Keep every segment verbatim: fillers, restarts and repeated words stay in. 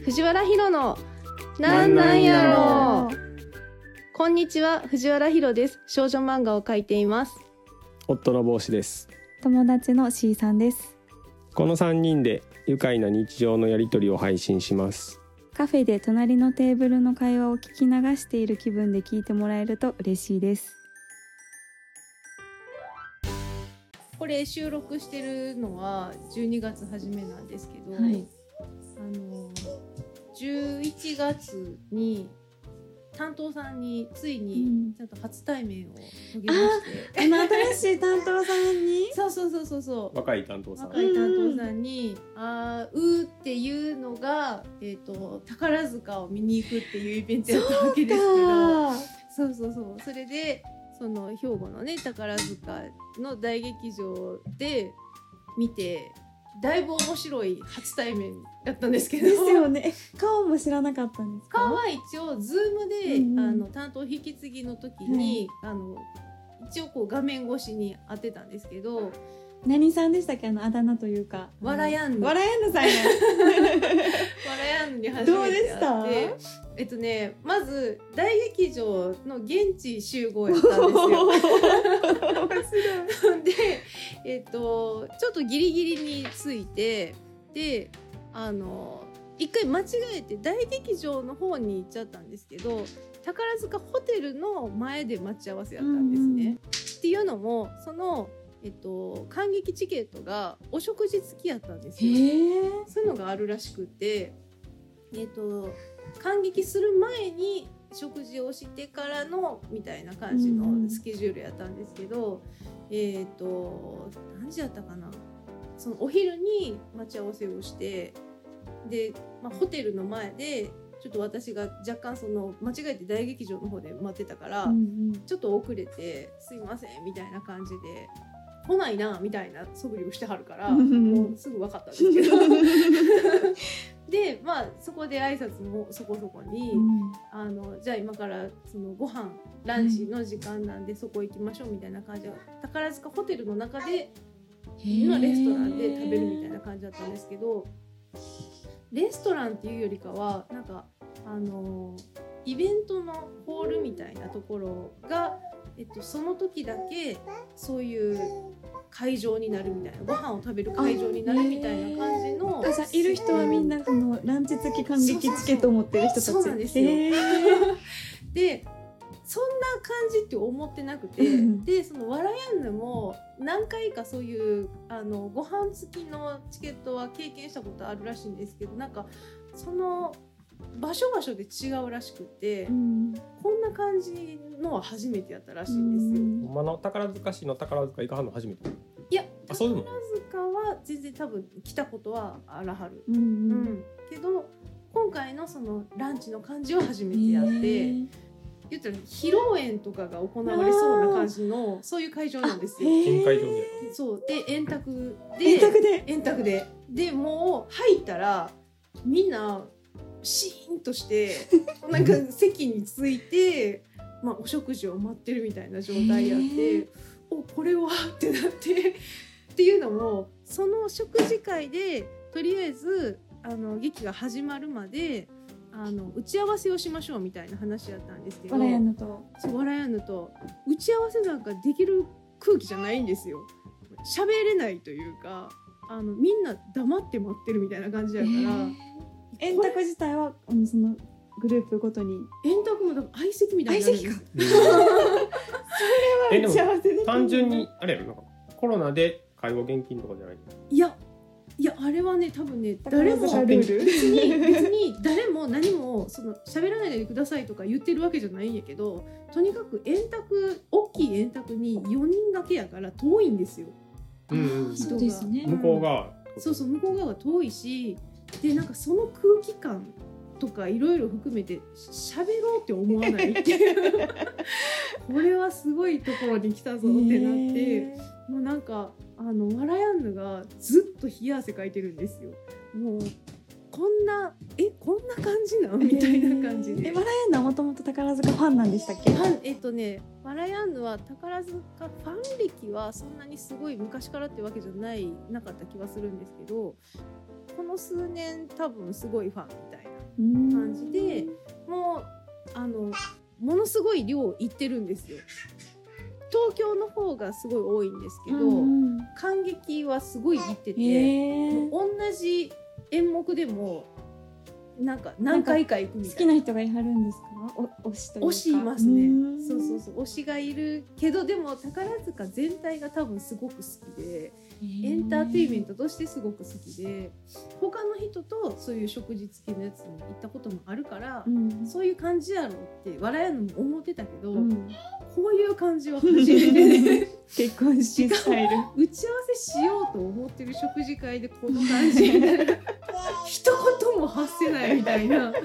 藤原ヒロのなんなんやろ。こんにちは、藤原ヒロです。少女漫画を描いています。 夫の帽子です。 友達の C さんです。 このさんにんで愉快な日常のやりとりを配信します。 カフェで隣のテーブルの会話を聞き流している気分で聞いてもらえると嬉しいです。 これ収録してるのはじゅうにがつ初めなんですけど、はい、あのじゅういちがつに担当さんについにちゃんと初対面を遂げまして、 うん、あの新しい担当さんにそうそうそうそうそう若い担当さん若い担当さんに、うん、あーうーっていうのが、えーと、宝塚を見に行くっていうイベントやったわけですけど、そうそうそうそれでその兵庫のね宝塚の大劇場で見てだいぶ面白い初対面だったんですけど、 ですよね。顔も知らなかったんですか？ 顔は一応ズームで、うん、あの担当引き継ぎの時に、うん、あの一応こう画面越しに当てたんですけど、 何さんでしたっけ、あのあだ名というか。 わらやんぬ。 わらやんぬさんや。 わらやんぬに初めて会って。 どうでした？ えっとね、まず大劇場の現地集合やったんですよ。で、えっとちょっとギリギリについて、で、あの一回間違えて大劇場の方に行っちゃったんですけど、宝塚ホテルの前で待ち合わせやったんですね。うん、っていうのもそのえっと観劇チケットがお食事付きやったんですよ。そういうのがあるらしくて、えっと観劇する前に食事をしてからのみたいな感じのスケジュールやったんですけど、うん、えっと何時やったかな、そのお昼に待ち合わせをして、で、まあ、ホテルの前でちょっと私が若干その間違えて大劇場の方で待ってたから、うんうん、ちょっと遅れてすいませんみたいな感じで来ないなみたいな素振りをしてはるからもうすぐ分かったんですけどで、まあそこで挨拶もそこそこに、うん、あのじゃあ今からそのご飯ランチの時間なんでそこ行きましょうみたいな感じで、宝塚ホテルの中でのレストランで食べるみたいな感じだったんですけど、レストランっていうよりかはなんかあのイベントのホールみたいなところが、えっと、その時だけそういう会場になるみたいな、ご飯を食べる会場になるみたいな感じの、 あ、じゃあいる人はみんなそのランチ付き観劇チケットを持ってる人たち。 そうなんですよ。でそんな感じって思ってなくて、うん、でそのわらやんぬも何回かそういうあのご飯付きのチケットは経験したことあるらしいんですけど、なんかその場所場所で違うらしくて、うん、こんな感じのは初めてやったらしいんですよ。 ほんまの宝塚市の宝塚行かはんの初めて？ いや、宝塚は全然多分来たことはあらはる、うんうん、けど今回のそのランチの感じは初めてやって、言ったら披露宴とかが行われそうな感じのそういう会場なんですよ。 宴会場で。 そうで円卓で円卓で円卓ででもう入ったらみんなシーンとしてなんか席について、まあ、お食事を待ってるみたいな状態やって、おこれはってなってっていうのもその食事会でとりあえずあの劇が始まるまであの打ち合わせをしましょうみたいな話だったんですけど、 わらやんぬとそうわらやんぬと打ち合わせなんかできる空気じゃないんですよ。喋れないというか、あのみんな黙って待ってるみたいな感じだから、 円卓自体はそのグループごとに円卓もだから相席みたいな相席かそれは打ち合わせで単純にあれやろ、なんかコロナで介護現金とかじゃない？ いやいやあれはね多分ね誰も別に別に誰も何もその喋らないでくださいとか言ってるわけじゃないんやけど、とにかく円卓大きい円卓によにん掛けやから遠いんですよ。 うん、 そうですね。 向こう側、 そうそう向こう側が遠いし、でなんかその空気感とかいろいろ含めて喋ろうって思わないっていうこれはすごいところに来たぞってなって、もうなんかあのわらやんぬがずっと冷や汗かいてるんですよ。もうこんなえこんな感じなんみたいな感じで。 えわらやんぬはもともと宝塚ファンなんでしたっけ？ えっとねわらやんぬは宝塚ファン歴はそんなにすごい昔からってわけじゃないなかった気はするんですけど、この数年多分すごいファンみたいな感じで、もうあのものすごい量いってるんですよ。東京の方がすごい多いんですけど、 うんうん、 観劇はすごい行ってて、 えー、 もう同じ演目でもなんか何回か行くみたいな。 好きな人がいはるんですか？お推しというか。 推しいますね。そうそうそう、推しがいるけど、でも宝塚全体が多分すごく好きで、エンターテインメントとしてすごく好きで、他の人とそういう食事付きのやつに行ったこともあるから、うん、そういう感じやろって笑えるのも思ってたけど、うん、こういう感じは初めてで結婚式スタイル打ち合わせしようと思ってる食事会でこの感じみたいな一言も発せないみたいな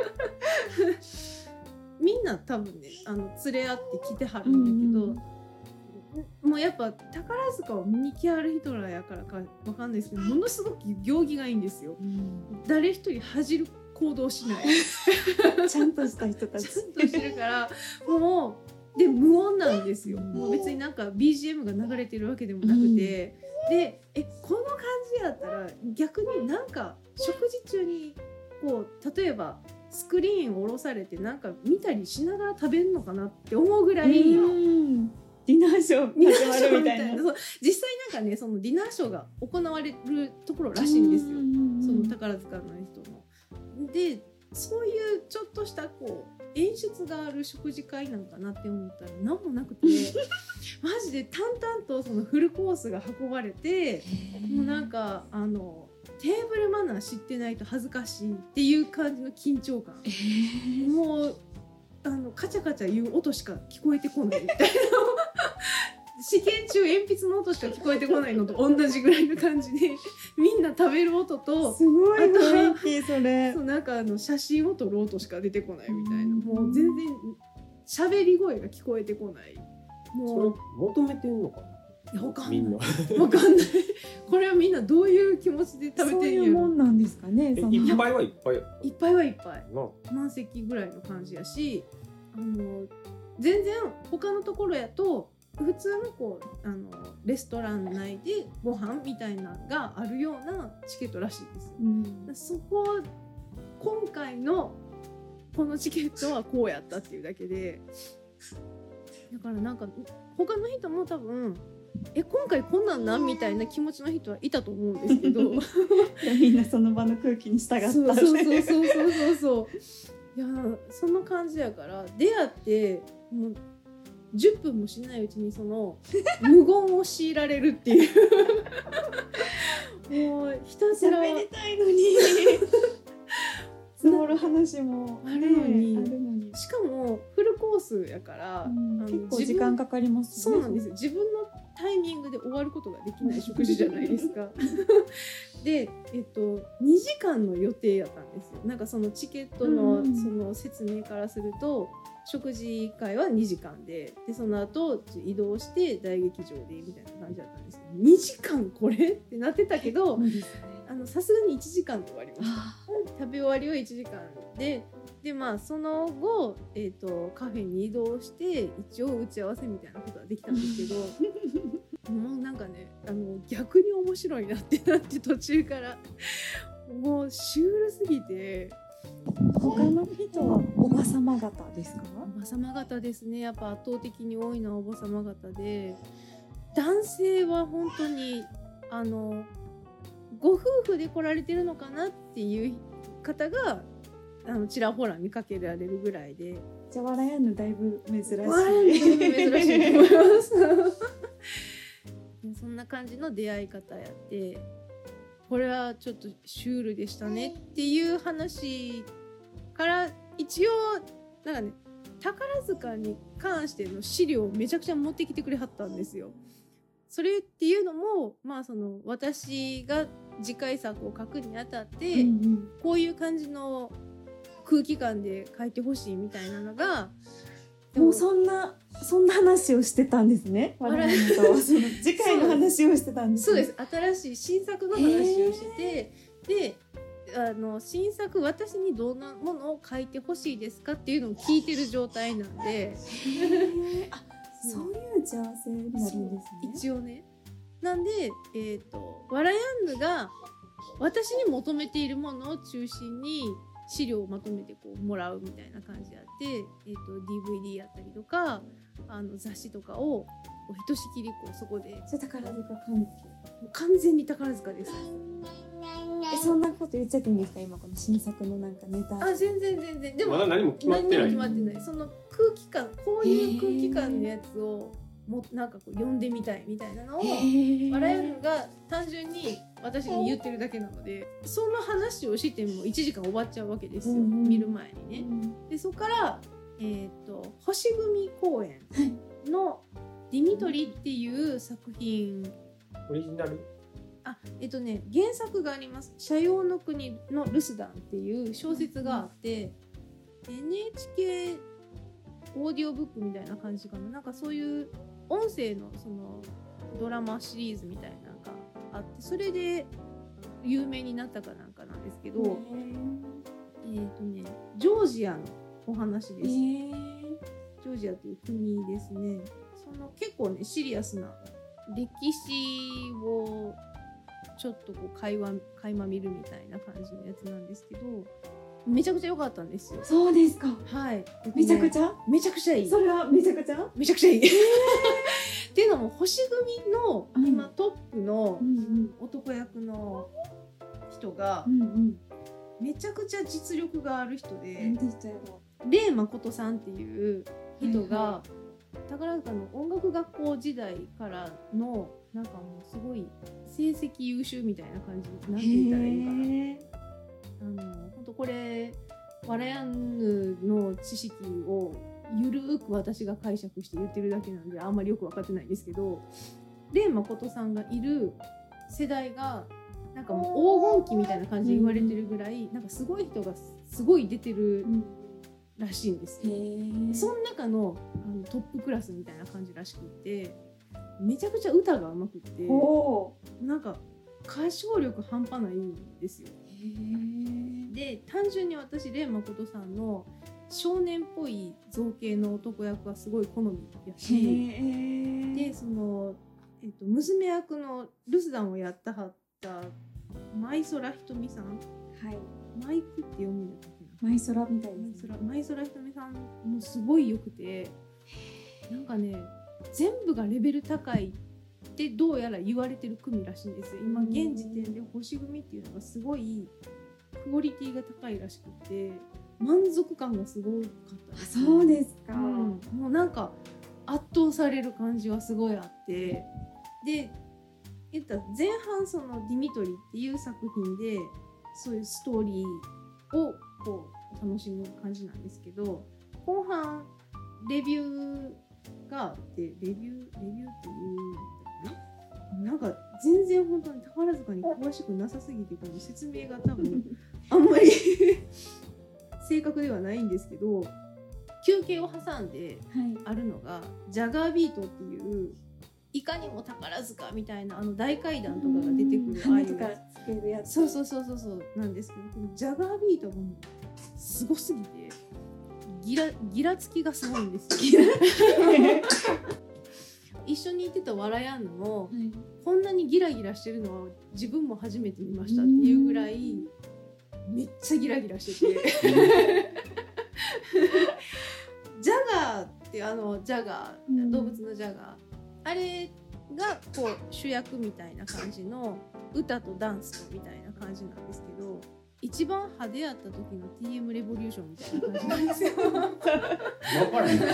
みんな多分ね、あの連れ合って来てはるんだけど、うん、もうやっぱ宝塚を見に来はる人らやからかわかんないですけど、ものすごく行儀がいいんですよ、うん、誰一人恥じる行動しないちゃんとした人たちちゃんとしてるからもうで無音なんですよ、うん、もう別になんか ビージーエム が流れてるわけでもなくて、うん、でえこの感じやったら逆になんか食事中にこう例えばスクリーンを下ろされてなんか見たりしながら食べるのかなって思うぐらい、 うんディナーショー始まるみたいな。 そう実際なんかね、そのディナーショーが行われるところらしいんですよ、その宝塚の人の。でそういうちょっとしたこう演出がある食事会なんかなって思ったら何もなくてマジで淡々とそのフルコースが運ばれて、もうなんかあのテーブルマナー知ってないと恥ずかしいっていう感じの緊張感、えー、もうあのカチャカチャ言う音しか聞こえてこないみたいな試験中鉛筆の音しか聞こえてこないのと同じぐらいの感じでみんな食べる音とすごい雰囲気それそうなんかあの写真を撮る音しか出てこないみたいな、もう全然喋り声が聞こえてこない。もうそれ求めてんのかな。 いやわかんない、 みんなわかんないこれはみんなどういう気持ちで食べてんやろ。 そういうもんなんですかね。そのいっぱいはいっぱいいっぱいはいっぱい満席ぐらいの感じやし、あの全然他のところやと普通のこうあのレストラン内でご飯みたいなのがあるようなチケットらしいですよ、うん、そこ今回のこのチケットはこうやったっていうだけで、だからなんか他の人も多分え今回こんなんなんみたいな気持ちの人はいたと思うんですけどみんなその場の空気に従ったそうそうそうそうそうそうそういやその感じやから出会ってもうじゅっぷんもしないうちにその無言を強いられるっていうもうひたすら喋りたいのに積もる話もあるのに、 あるのにしかもフルコースやから、 うん、あの結構時間かかりますよね。そうなんですよ。自分のタイミングで終わることができない食事じゃないですかで、えっと、にじかんの予定やったんですよ。なんかそのチケット の,、うん、その説明からすると食事会はにじかん で, でその後移動して大劇場でみたいな感じだったんですけど、にじかんこれってなってたけどさすがにいちじかんで終わりました。食べ終わりはいちじかんで、でまあその後、えーと、カフェに移動して一応打ち合わせみたいなことはできたんですけどもうなんかねあの逆に面白いなってなって途中からもうシュールすぎて。 他の人はおばさま方ですか？ おばさま方ですね。やっぱ圧倒的に多いのはおばさま方で、男性は本当にあのご夫婦で来られてるのかなっていう方があのちらほら見かけられるぐらいで、 じゃあ笑やんのだいぶ珍しい。 笑やんのだいぶ珍しいと思いますそんな感じの出会い方やって、これはちょっとシュールでしたねっていう話から一応なんかね宝塚に関しての資料をめちゃくちゃ持ってきてくれはったんですよ。それっていうのもまあその私が次回作を書くにあたって、うんうん、こういう感じの空気感で書いてほしいみたいなのがもうそんなそんな話をしてたんですね。笑いとその次回の話をしてたんですね。 そうです。新しい新作の話をして、であの新作私にどんなものを書いてほしいですかっていうのを聞いてる状態なんであそういう打ち合わせになるんですね。 一応ね。なんで、えーと、ワラヤンヌが私に求めているものを中心に資料をまとめてこうもらうみたいな感じであって、えー、と ディーブイディー やったりとかあの雑誌とかをこうひとしきりこうそこでそれ宝塚関係完全に宝塚です。 えそんなこと言っちゃっていいんですか今この新作のなんかネタ。 あ全然全然でもまだ何も決まってない。 何も決まってない。その空気感こういう空気感のやつをもなんかこう読んでみたいみたいなのをバラヤンヌが単純に私に言ってるだけなのでその話をしてもいちじかん終わっちゃうわけですよ、うんうん、見る前にね、うん、でそこから、えー、と星組公演のディミトリっていう作品オリジナルあえっとね原作があります。斜陽の国のルスダンっていう小説があって、うん、エヌエイチケー オーディオブックみたいな感じかな。なんかそういう音声のそのドラマシリーズみたいなのがあってそれで有名になったかなんかなんですけど、えーとねジョージアのお話です。ジョージアという国ですね。その結構ねシリアスな歴史をちょっとこう会話垣間見るみたいな感じのやつなんですけどめちゃくちゃ良かったんですよ。 そうですか。 はい。 めちゃくちゃめちゃくちゃいい。 それはめちゃくちゃめちゃくちゃいい。っていうのも星組の今トップの男役の人がめちゃくちゃ実力がある人で、レイ誠さんっていう人が宝塚の音楽学校時代からのなんかもうすごい成績優秀みたいな感じなんて言ったらいいのかな。あの本当これバラヤンヌの知識をゆるーく私が解釈して言ってるだけなんであんまりよく分かってないですけどレイ誠さんがいる世代がなんかもう黄金期みたいな感じで言われてるぐらい、うん、なんかすごい人がすごい出てるらしいんですよ。その中の、あのトップクラスみたいな感じらしくってめちゃくちゃ歌が上手くってなんか歌唱力半端ないんですよ。で単純に私レイ誠さんの少年っぽい造形の男役はすごい好みやしでその、えっと、娘役のルスダンをやったはった舞空ひとみさん、はい、マイクって読むんだったっけな舞空みたいですね。 舞空ひとみさんもすごい良くてなんかね全部がレベル高いってどうやら言われてる組らしいんですよ。今現時点で星組っていうのがすごいクオリティが高いらしくて満足感がすごかったです、 ね、そうですか、うん、 もうなんか圧倒される感じはすごいあってで言った前半そのディミトリっていう作品でそういうストーリーをこう楽しむ感じなんですけど後半レビューがあってレビューレビューっていうんだったかななんか全然本当に宝塚に詳しくなさすぎてこの説明が多分あんまり正確ではないんですけど休憩を挟んであるのが、はい、ジャガービートっていういかにも宝塚みたいなあの大階段とかが出てくる羽とかつけるやつそうそうそうそうそうなんですけどこのジャガービートがもうすごすぎてギラギラつきがすごいんですよ一緒に行ってたわらやんのも、はい、こんなにギラギラしてるのは自分も初めて見ましたっていうぐらいめっちゃギラギラしててジャガーってあのジャガー動物のジャガーあれがこう主役みたいな感じの歌とダンスとみたいな感じなんですけど一番派手やった時の ティーエム レボリューションみたいな感じなんですよ分からへん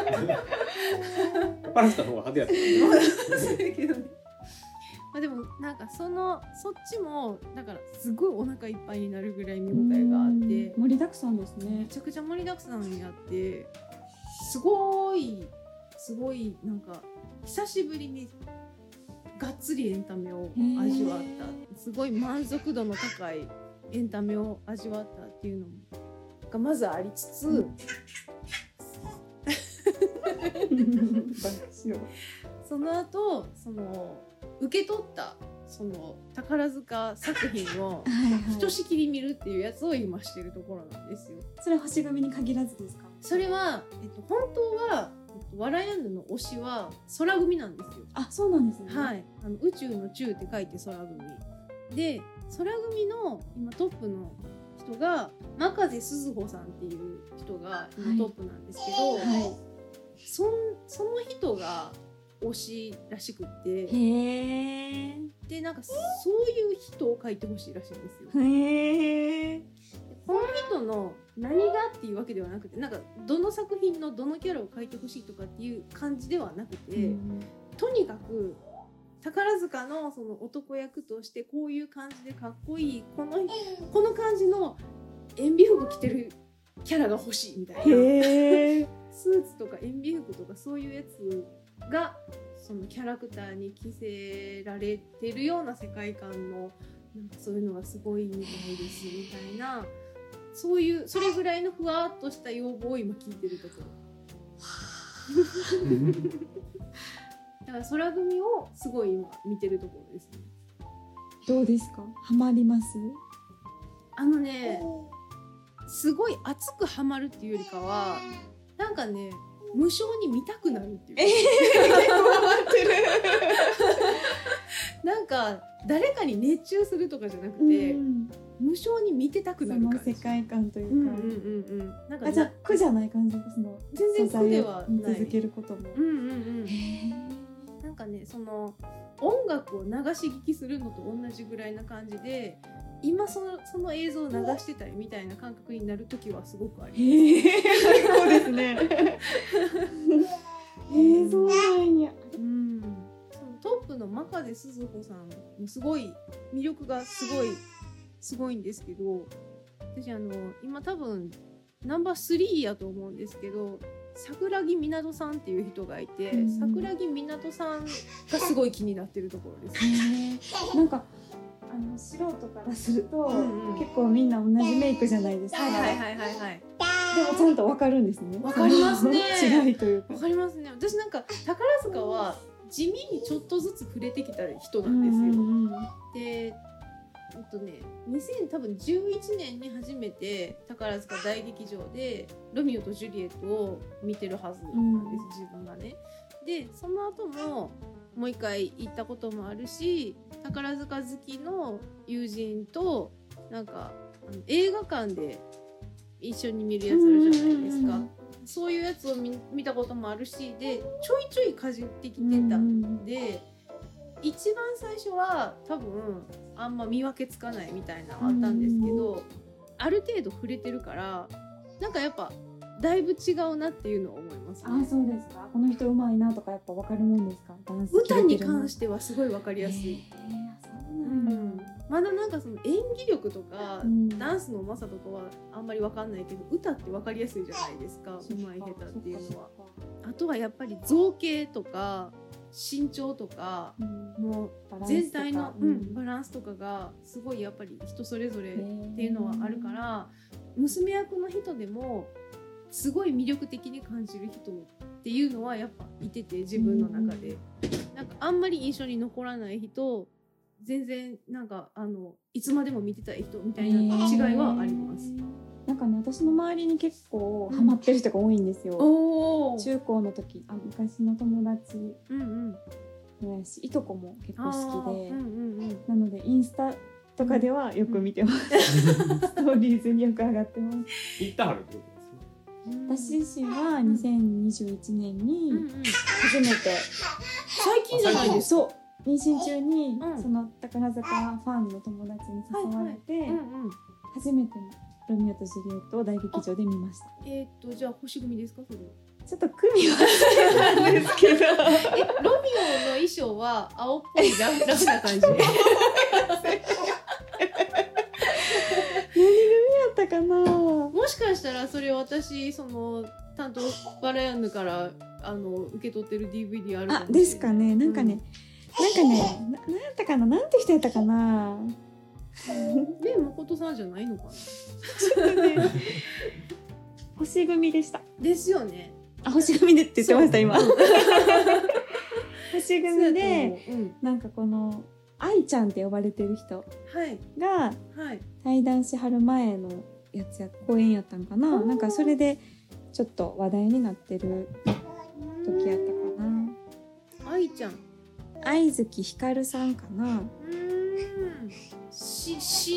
宝塚の方が派手やったそうだけどねまあ、でもなんかそのそっちもだからすごいお腹いっぱいになるぐらい見応えがあって盛りだくさんですね。 めちゃくちゃ盛りだくさんにあってすごいすごいなんか久しぶりにがっつりエンタメを味わったすごい満足度の高いエンタメを味わったっていうのがまずありつつ、うん、その後その受け取ったその宝塚作品をひとしきり見るっていうやつを今してるところなんですよ。 それは星組に限らずですか？ それは、えっと、本当は、えっと、わらやんぬの推しは空組なんですよ。 あ、そうなんですね。 はい、あの宇宙の宙って書いて空組で空組の今トップの人が真風鈴穂さんっていう人が今トップなんですけど、 はいそんその人が推しらしくって、 へえでなんかそういう人を描いてほしいらしいんですよ。 へえこの人の何がっていうわけではなくて、なんかどの作品のどのキャラを描いてほしいとかっていう感じではなくて、うん、とにかく宝塚のその男役としてこういう感じでかっこいいこのこの感じの塩ビ服着てるキャラが欲しいみたいな。へスーツとか塩ビ服とかそういうやつがそのキャラクターに着せられてるような世界観のなんかそういうのがすごいみたいですみたいな、そういうそれぐらいのふわっとした要望を今聞いてるところ。だから空組をすごい今見てるところですね。 どうですか？ハマります？ あのね、すごい熱くハマるっていうよりかはなんかね無性に見たくなるっていうか、えー、なんか誰かに熱中するとかじゃなくて、うん、無性に見てたくなる感じ。 その世界観というか、うんうんうん、なんかあじゃあ苦じゃない感じですの？ 全然苦ではない。 続けることも、 うんうんうん、なんかねその音楽を流し聞きするのと同じぐらいな感じで今その、その映像を流してたりみたいな感覚になるときはすごくあります。 そうですね。映像なんや。 うん。そのトップの真風鈴穂さんもすごい魅力がすごいすごいんですけど、私あの今多分ナンバースリーやと思うんですけど、桜木湊さんっていう人がいて、うん、桜木湊さんがすごい気になってるところです。 なんか。あの素人からすると、うんうん、結構みんな同じメイクじゃないですか。 はいはいはいはいはい。 でもちゃんとわかるんですね。 わかりますね。 違いというか。 わかりますね。私なんか宝塚は地味にちょっとずつ触れてきた人なんですよ。うんうん、で、えっとね、にせんじゅういちねんに初めて宝塚大劇場でロミオとジュリエットを見てるはずなんです、うん、自分がね。で、その後ももう一回行ったこともあるし、宝塚好きの友人となんかあの映画館で一緒に見るやつあるじゃないですか。そういうやつを 見, 見たこともあるし、でちょいちょいかじってきてたんで、一番最初は多分あんま見分けつかないみたいなのあったんですけど、ある程度触れてるからなんかやっぱだいぶ違うなっていうのを思います、ね。 あ、そうですか。この人うまいなとかやっぱ分かるもんですか？ダンス歌に関してはすごい分かりやすい。 えー、そうなんだ、うん、 まだなんかその演技力とか、うん、ダンスのうまさとかはあんまり分かんないけど、歌って分かりやすいじゃないですか。うまい下手っていうのは。あとはやっぱり造形とか身長とか、うん、もう全体の、うん、バランスとかがすごいやっぱり人それぞれっていうのはあるから、娘役の人でもすごい魅力的に感じる人っていうのはやっぱいてて、自分の中で、うん、なんかあんまり印象に残らない人、全然なんかあのいつまでも見てたい人みたいな違いはあります。 なんかね、私の周りに結構ハマってる人が多いんですよ、うん、中高の時、あ昔の友達もやし、いとこも結構好きで、うんうんうん、なのでインスタとかではよく見てます、うん、ストーリーズによく上がってます。 行ったはるってことですね。 私自身はにせんにじゅういちねんに初めて、 最近じゃないですか。 そう、妊娠中に、うん、その宝塚ファンの友達に誘われて、はいはい、うんうん、初めてロミオとジュリエットを大劇場で見ました。 えー、っとじゃあ星組ですか？それちょっと組は忘れたんですけどえ、ロミオの衣装は青っぽいラフ、ラフな感じ何組やったかな。 もしかしたらそれ私その担当バラヤンヌからあの受け取ってる ディーブイディー あるかもしれない。 あ、ですかね。なんかね、うん、なんかね、な、なんやったかな、なんて人やったかな。 ね、誠さんじゃないのかな。 星組でした。 ですよね。 あ、星組でって言ってました今。星組で、うん、なんかこの愛ちゃんって呼ばれてる人が対談しはる前のやつや公演やったんかな。なんかそれでちょっと話題になってる時やったかな。愛ちゃん。 愛月ひかるさんかな。 うーん。し、しを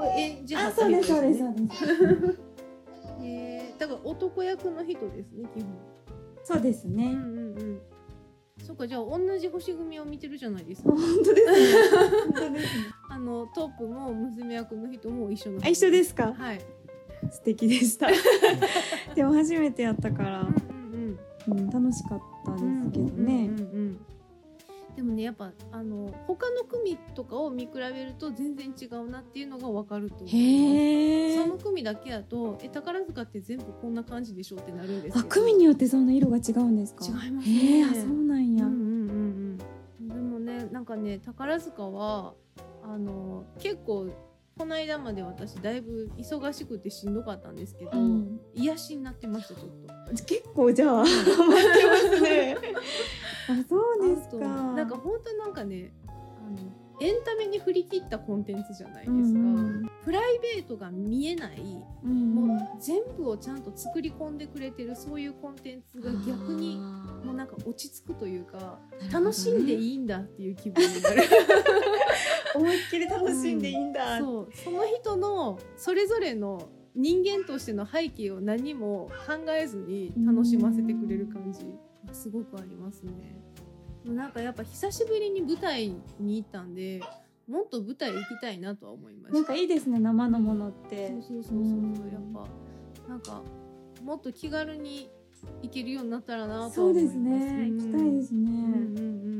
演じはった人ですね。あ、そうですそうですそうです。 えー、だから男役の人ですね基本。 そうですね。うんうんうん。そうか、じゃあ同じ星組を見てるじゃないですか。 本当ですね。本当ですね。 あのトップも娘役の人も一緒の。 あ、一緒ですか。 はい。 素敵でした。でも初めてやったから、うんうんうん、楽しかったですけどね。うんうんうん、 でもね、やっぱあの他の組とかを見比べると全然違うなっていうのが分かると思います。へー。その組だけだとえ宝塚って全部こんな感じでしょってなるんですけど。 あ、組によってそんな色が違うんですか。 違いますね。 へー、あ、そうなんや。うんうんうんうん。でもね、なんかね、宝塚はあの結構この間まで私だいぶ忙しくてしんどかったんですけど、うん、癒しになってました。ちょっと結構じゃあ待ってますね。あ、そうですか。 なんか本当なんかね、あのエンタメに振り切ったコンテンツじゃないですか、うんうん、プライベートが見えない、うんうん、もう全部をちゃんと作り込んでくれてるそういうコンテンツが逆にもうなんか落ち着くというか、楽しんでいいんだっていう気分になる。 思いっきり楽しんでいいんだ、 うん、そう、その人のそれぞれの人間としての背景を何も考えずに楽しませてくれる感じがすごくありますね。なんかやっぱ久しぶりに舞台に行ったんで、もっと舞台行きたいなとは思いました。 なんかいいですね、生のものって。 そうそうそうそう、うん、やっぱなんかもっと気軽に行けるようになったらなと思います。そうですね、行きたいですね。うんうんうん。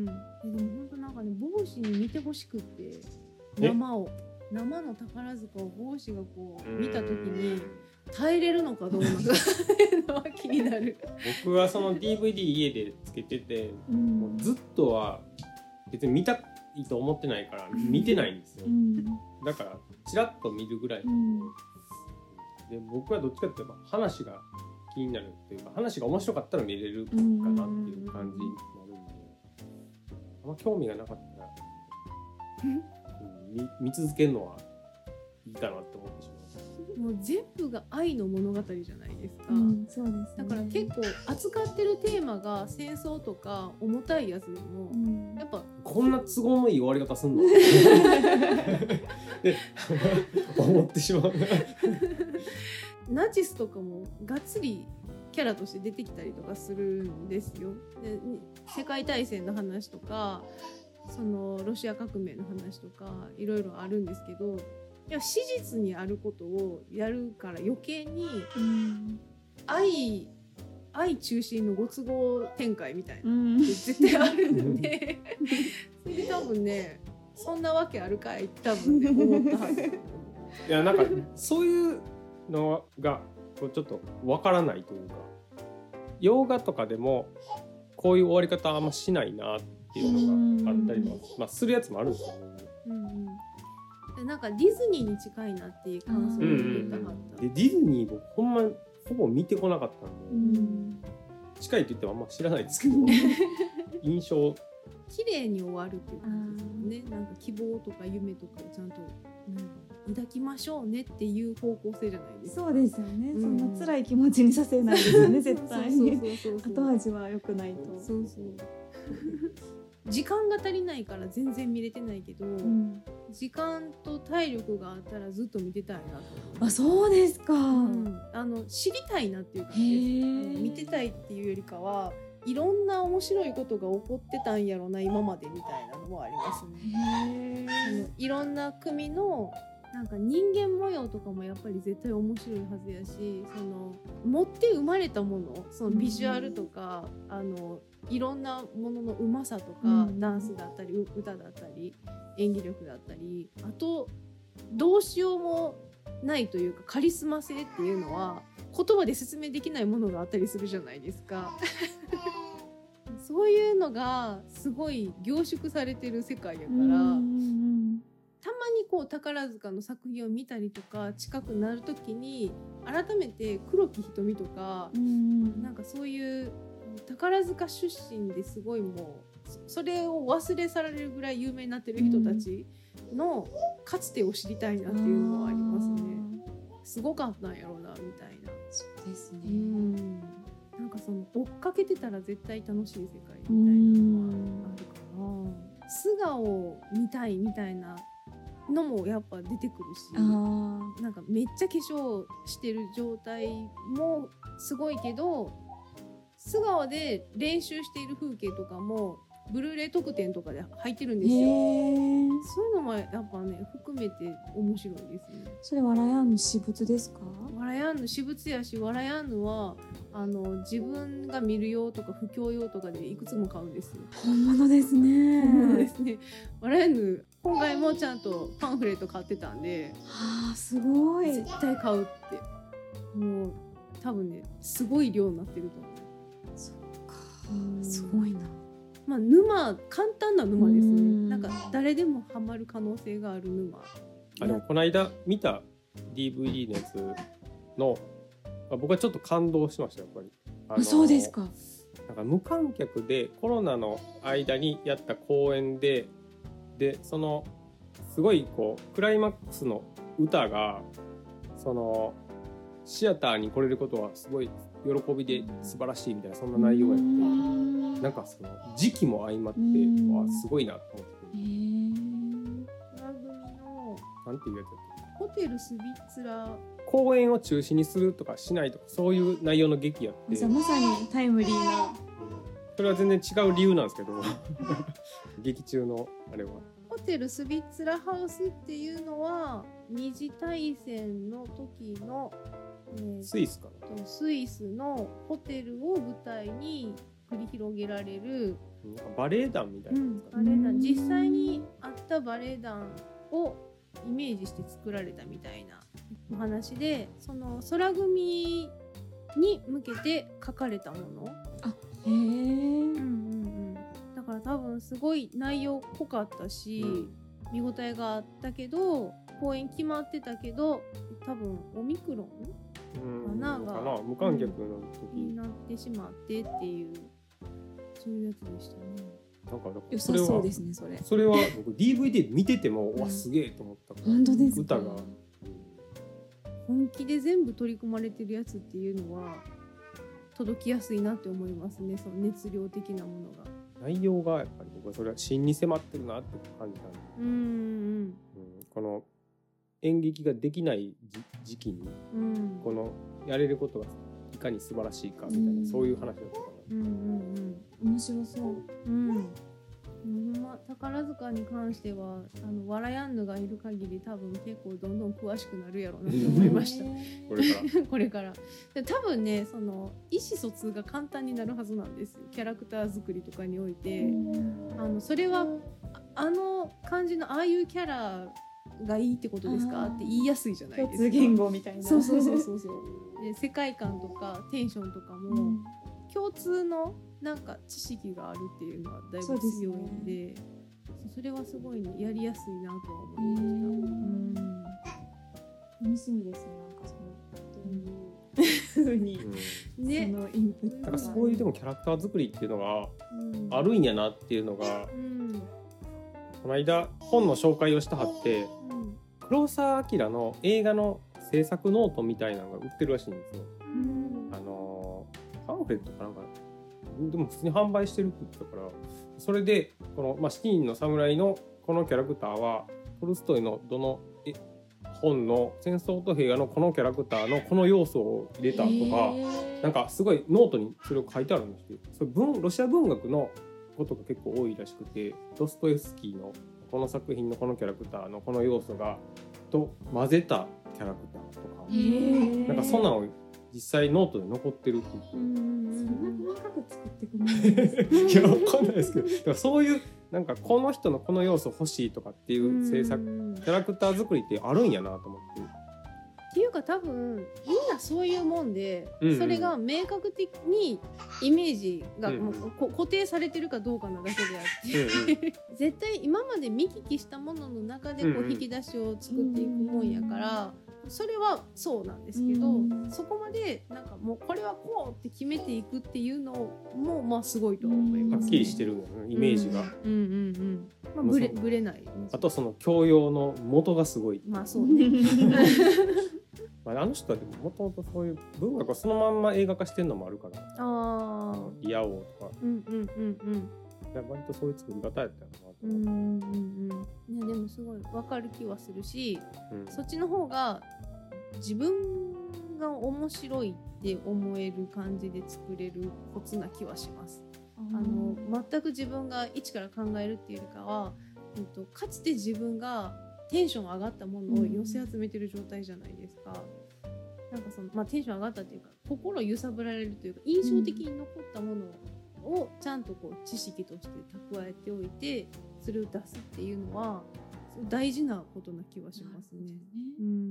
でも本当なんかね、帽子に見てほしくって、生を生の宝塚を帽子がこう見た時に耐えれるのかどうなのかのは気になる。 僕はその ディーブイディー 家でつけてて、うん、もうずっとは別に見たいと思ってないから見てないんですよ、うん、だからチラッと見るぐらい、うん、で僕はどっちかっていうと話が気になるっていうか、話が面白かったら見れるかなっていう感じになるんで、あんま興味がなかったら、うん、見, 見続けるのはいいかなって思ってしまう。 もう全部が愛の物語じゃないですか、 うん、そうですね、 だから結構扱ってるテーマが戦争とか重たいやつでも、うん、やっぱこんな都合のいい終わり方すんので思ってしまう。 ナチスとかもがっつりキャラとして出てきたりとかするんですよ。で世界大戦の話とかそのロシア革命の話とかいろいろあるんですけど、いや史実にあることをやるから余計に、うん、愛愛中心のご都合展開みたいなって絶対あるんで、うん、それで多分ね、そんなわけあるかいって多分、ね、思ったはず。いやなんかそういうのがこうちょっとわからないというか、洋画とかでもこういう終わり方あんましないなっていうのがあったりも、まあ、するやつもあるんですよね。うんうん、なんかディズニーに近いなっていう感想を言ったかった。 でディズニー僕ほんまほぼ見てこなかったんで、うん、近いと言ってもあんま知らないですけど印象綺麗に終わるっていう感じですよね。なんか希望とか夢とかをちゃんと、うん、抱きましょうねっていう方向性じゃないですか。 そうですよね、うん、そんな辛い気持ちにさせないですよね絶対に。後味は良くないと。 そうそう時間が足りないから全然見れてないけど、うん、時間と体力があったらずっと見てたいなと思う。 あ、そうですか、うん、 あの知りたいなっていう感じです。見てたいっていうよりかはいろんな面白いことが起こってたんやろな今までみたいなのもありますね。あのいろんな組のなんか人間模様とかもやっぱり絶対面白いはずやし、その持って生まれたもの、そのビジュアルとか、うん、あのいろんなもののうまさとか、うん、ダンスだったり歌だったり演技力だったり、あとどうしようもないというかカリスマ性っていうのは言葉で説明できないものがあったりするじゃないですか。そういうのがすごい凝縮されてる世界やから、うん、たまにこう宝塚の作品を見たりとか近くなるときに改めて黒木瞳とか、うん、なんかそういう宝塚出身ですごいもうそれを忘れ去られるぐらい有名になってる人たちのかつてを知りたいなっていうのはありますね。すごかったんやろうなみたいな。 そうですね、うん、 なんかその追っかけてたら絶対楽しい世界みたいなのはあるかな。素顔を見たいみたいなのもやっぱ出てくるし、あなんかめっちゃ化粧してる状態もすごいけど、素顔で練習している風景とかもブルーレイ特典とかで入ってるんですよ。そういうのもやっぱね含めて面白いですね。 それワラヤンヌ私物ですか？ ワラヤンヌ私物やし、ワラヤンヌはあの自分が見る用とか布教用とかでいくつも買うんですよ。 本物ですね。 本物ですね。ワラヤンヌ今回もちゃんとパンフレット買ってたんで、 はあすごい。 絶対買うって。もう多分ねすごい量になってると思う。 そっか、すごいな。 まあ、沼簡単な沼ですね。んなんか誰でもハマる可能性がある沼。 あでもこの間見た ディーブイディー のやつの僕はちょっと感動しましたやっぱり。 あのそうですか。 なんか無観客でコロナの間にやった公演ででそのすごいこうクライマックスの歌がそのシアターに来れることはすごい喜びで素晴らしいみたいなそんな内容やって、なんかその時期も相まってわすごいなと思って。へー。番組のなんていうやつだっけ？ ホテルスビッツラ公演を中止にするとかしないとかそういう内容の劇やって。 じゃあまさにタイムリーな。 それは全然違う理由なんですけど劇中のあれは。 ホテルスビッツラハウスっていうのは二次大戦の時の、 えー、スイスかなスイスのホテルを舞台に繰り広げられるなんかバレエ団みたいな、うん、 バレエ団実際にあったバレエ団をイメージして作られたみたいなお話で、その空組に向けて書かれたもの。 あへえ、うんうんうん、だから多分すごい内容濃かったし、うん、見応えがあったけど公演決まってたけど多分オミクロンかながかな無観客の時になってしまってっていうそういうやつでしたね。 なんか良さそうですねそれ。 それは僕 ディーブイディー 見てても、うん、わすげえと思ったから。 本当ですか。 歌が本気で全部取り組まれてるやつっていうのは届きやすいなって思いますね。その熱量的なものが。 内容がやっぱり僕はそれは真に迫ってるなって感じたんで、 うんうんうん、 この演劇ができない時期に、うん、このやれることがいかに素晴らしいかみたいな、うん、そういう話だったかな。 うんうんうん、面白そう。うんま、宝塚に関してはあのワラヤンヌがいる限り多分結構どんどん詳しくなるやろうなと思いましたこれからこれからで多分ねその意思疎通が簡単になるはずなんですよ。キャラクター作りとかにおいてあのそれはあの感じのああいうキャラがいいってことですかって言いやすいじゃないですか。 共通言語みたいな。 そうそうそうそうそうで世界観とかテンションとかも、うん共通のなんか知識があるっていうのはだいぶ強いん で, そ, で、ね、それはすごい、ね、やりやすいなとは思いました。うん楽しみですね。なんかそのどういう風に、 うん、ね、そのインプットだからそういうでもキャラクター作りっていうのがあるんやなっていうのが、うん、この間本の紹介をしたはって、うん、黒澤明の映画の制作ノートみたいなのが売ってるらしいんですよ。うん、あのパンフレットかなんかでも普通に販売してるって言ってたから、それでこの、まあ、しちにんの侍のこのキャラクターはトルストイのどのえ本の戦争と平和のこのキャラクターのこの要素を入れたとか、なんかすごいノートにそれを書いてあるんですけど、それ文ロシア文学のことが結構多いらしくて、ドストエフスキーのこの作品のこのキャラクターのこの要素がと混ぜたキャラクターとか、なんかそんなの実際ノートで残ってるって言って、うんそんな細かく作ってくるんですいや分かんないですけど、だからそういうなんかこの人のこの要素欲しいとかっていう制作キャラクター作りってあるんやなと思って。 っていうか多分みんなそういうもんで、うんうん、それが明確的にイメージがもう、うん、固定されてるかどうかなだけであって、うんうん、絶対今まで見聞きしたものの中でこう引き出しを作っていくもんやから、うん、それはそうなんですけど、うん、そこまでなんかもうこれはこうって決めていくっていうのもまあすごいと思います。 はっきりしてるのイメージが、 うんうんうんうんまあ、ブレ、ブレない、ね、 あとその教養の元がすごい。 まあそうねまあ、あの人はもともとそういう文学をそのまんま映画化してるのもあるから、 あリア王とか、 うんうんうんうん、 割とそういう作り方やったよなと思って。 うんうんうん、いやでもすごい分かる気はするし、うん、そっちの方が自分が面白いって思える感じで作れるコツな気はします。あの全く自分が一から考えるっていうよりかは、えっと、かつて自分がテンション上がったものを寄せ集めてる状態じゃないですか。うん、なんかその、まあ、テンション上がったっていうか心揺さぶられるというか印象的に残ったものをちゃんとこう知識として蓄えておいてそれを出すっていうのは大事なことな気はしますね。うんうん、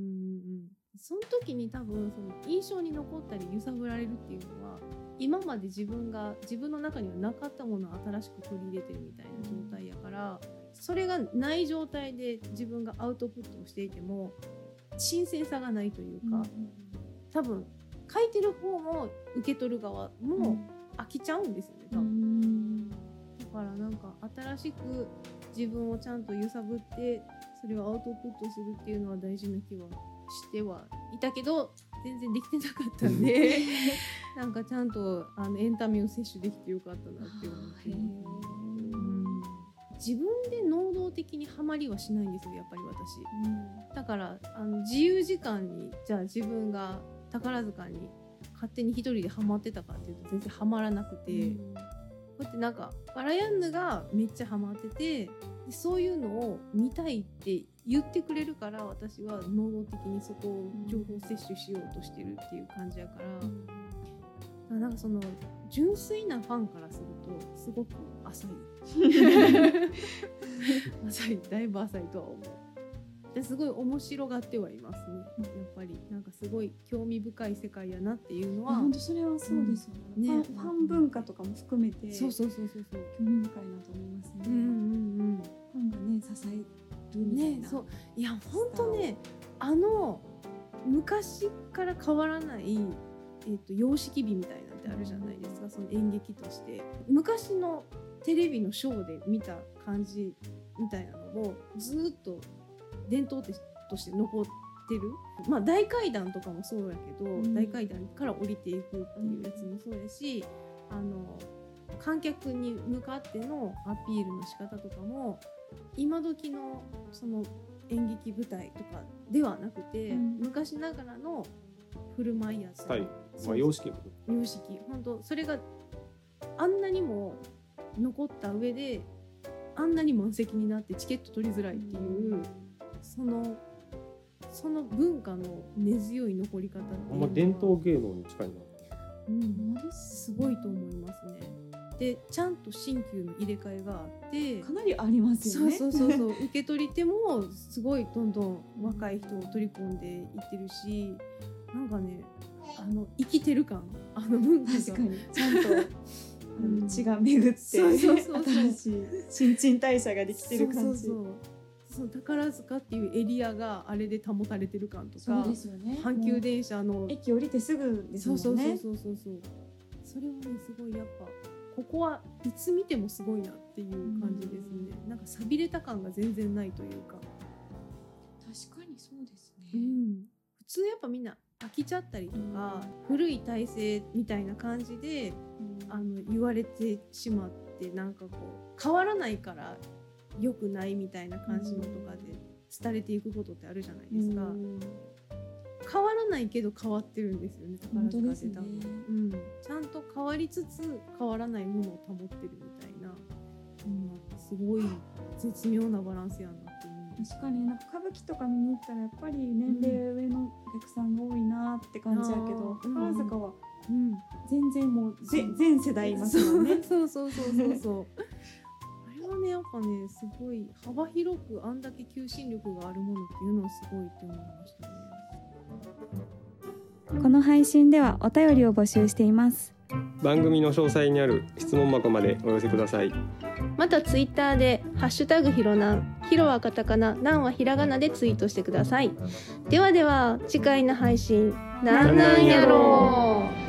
その時に多分その印象に残ったり揺さぶられるっていうのは今まで自分が自分の中にはなかったものを新しく取り入れてるみたいな状態やからそれがない状態で自分がアウトプットをしていても新鮮さがないというか多分書いてる方も受け取る側も飽きちゃうんですよね多分。だからなんか新しく自分をちゃんと揺さぶってそれをアウトプットするっていうのは大事な気はしてはいたけど全然できてなかったんでなんかちゃんとあのエンタメを摂取できてよかったなって思って、うん、自分で能動的にハマりはしないんですよやっぱり私、うん、だからあの自由時間にじゃあ自分が宝塚に勝手に一人でハマってたかっていうと全然ハマらなくて、うん、こうやってなんかバラヤンヌがめっちゃハマっててでそういうのを見たいって言ってくれるから私は能動的にそこを情報摂取しようとしてるっていう感じやから、うん、なんかその純粋なファンからするとすごく浅い浅いだいぶ浅いとは思うですごい面白がってはいますね。やっぱりなんかすごい興味深い世界やなっていうのは本当それはそうですよね、うん、ねファン文化とかも含めてそうそうそうそうそう興味深いなと思いますね、うんうんうん、ファンがね支えるみたいな、ね、そういや本当ねあの昔から変わらない、えーと、様式美みたいなんてあるじゃないですか、うん、その演劇として昔のテレビのショーで見た感じみたいなのをずっと伝統として残ってる、まあ、大階段とかもそうやけど、うん、大階段から降りていくっていうやつもそうやし、うん、あの観客に向かってのアピールの仕方とかも今時のその演劇舞台とかではなくて、うん、昔ながらの振る舞いやったり、 まあ、様式様式本当それがあんなにも残った上であんなに満席になってチケット取りづらいっていう、うんそのその文化の根強い残り方っていうのは、 まあ、伝統芸能に近いな、 うん、すごいと思いますね。でちゃんと新旧の入れ替えがあってかなりありますよね。 そうそうそうそう受け取り手もすごいどんどん若い人を取り込んでいってるしなんかねあの生きてる感あの文化が確かにちゃんとあの血が巡ってそうそうそう新しい新陳代謝ができてる感じ。そうそうそうその宝塚っていうエリアがあれで保たれてる感とかそうですよね、 阪急電車の駅降りてすぐですもんね。 そうそうそうそうそうそれはねすごいやっぱここはいつ見てもすごいなっていう感じですね、うん、なんか寂れた感が全然ないというか確かにそうですね、 うん、普通やっぱみんな飽きちゃったりとか、うん、古い体制みたいな感じで、うん、あの言われてしまってなんかこう変わらないから良くないみたいな感じのとかで廃れていくことってあるじゃないですか、うん、変わらないけど変わってるんですよね宝塚って多分、ねうん、ちゃんと変わりつつ変わらないものを保ってるみたいな、うん、すごい絶妙なバランスやなって思う。 確かになんか歌舞伎とか見に行ったらやっぱり年齢上のお客さんが多いなって感じやけど、うん、宝塚は全然もう全世代いますよね。 そうそうそうそうそうね、やっぱねすごい幅広くあんだけ求心力があるものっていうのはすごいって思いましたね。 この配信ではお便りを募集しています。 番組の詳細にある質問箱までお寄せください。 またツイッターでハッシュタグひろなんひろはカタカナなんはひらがなでツイートしてください。ではでは次回の配信なんなんやろう。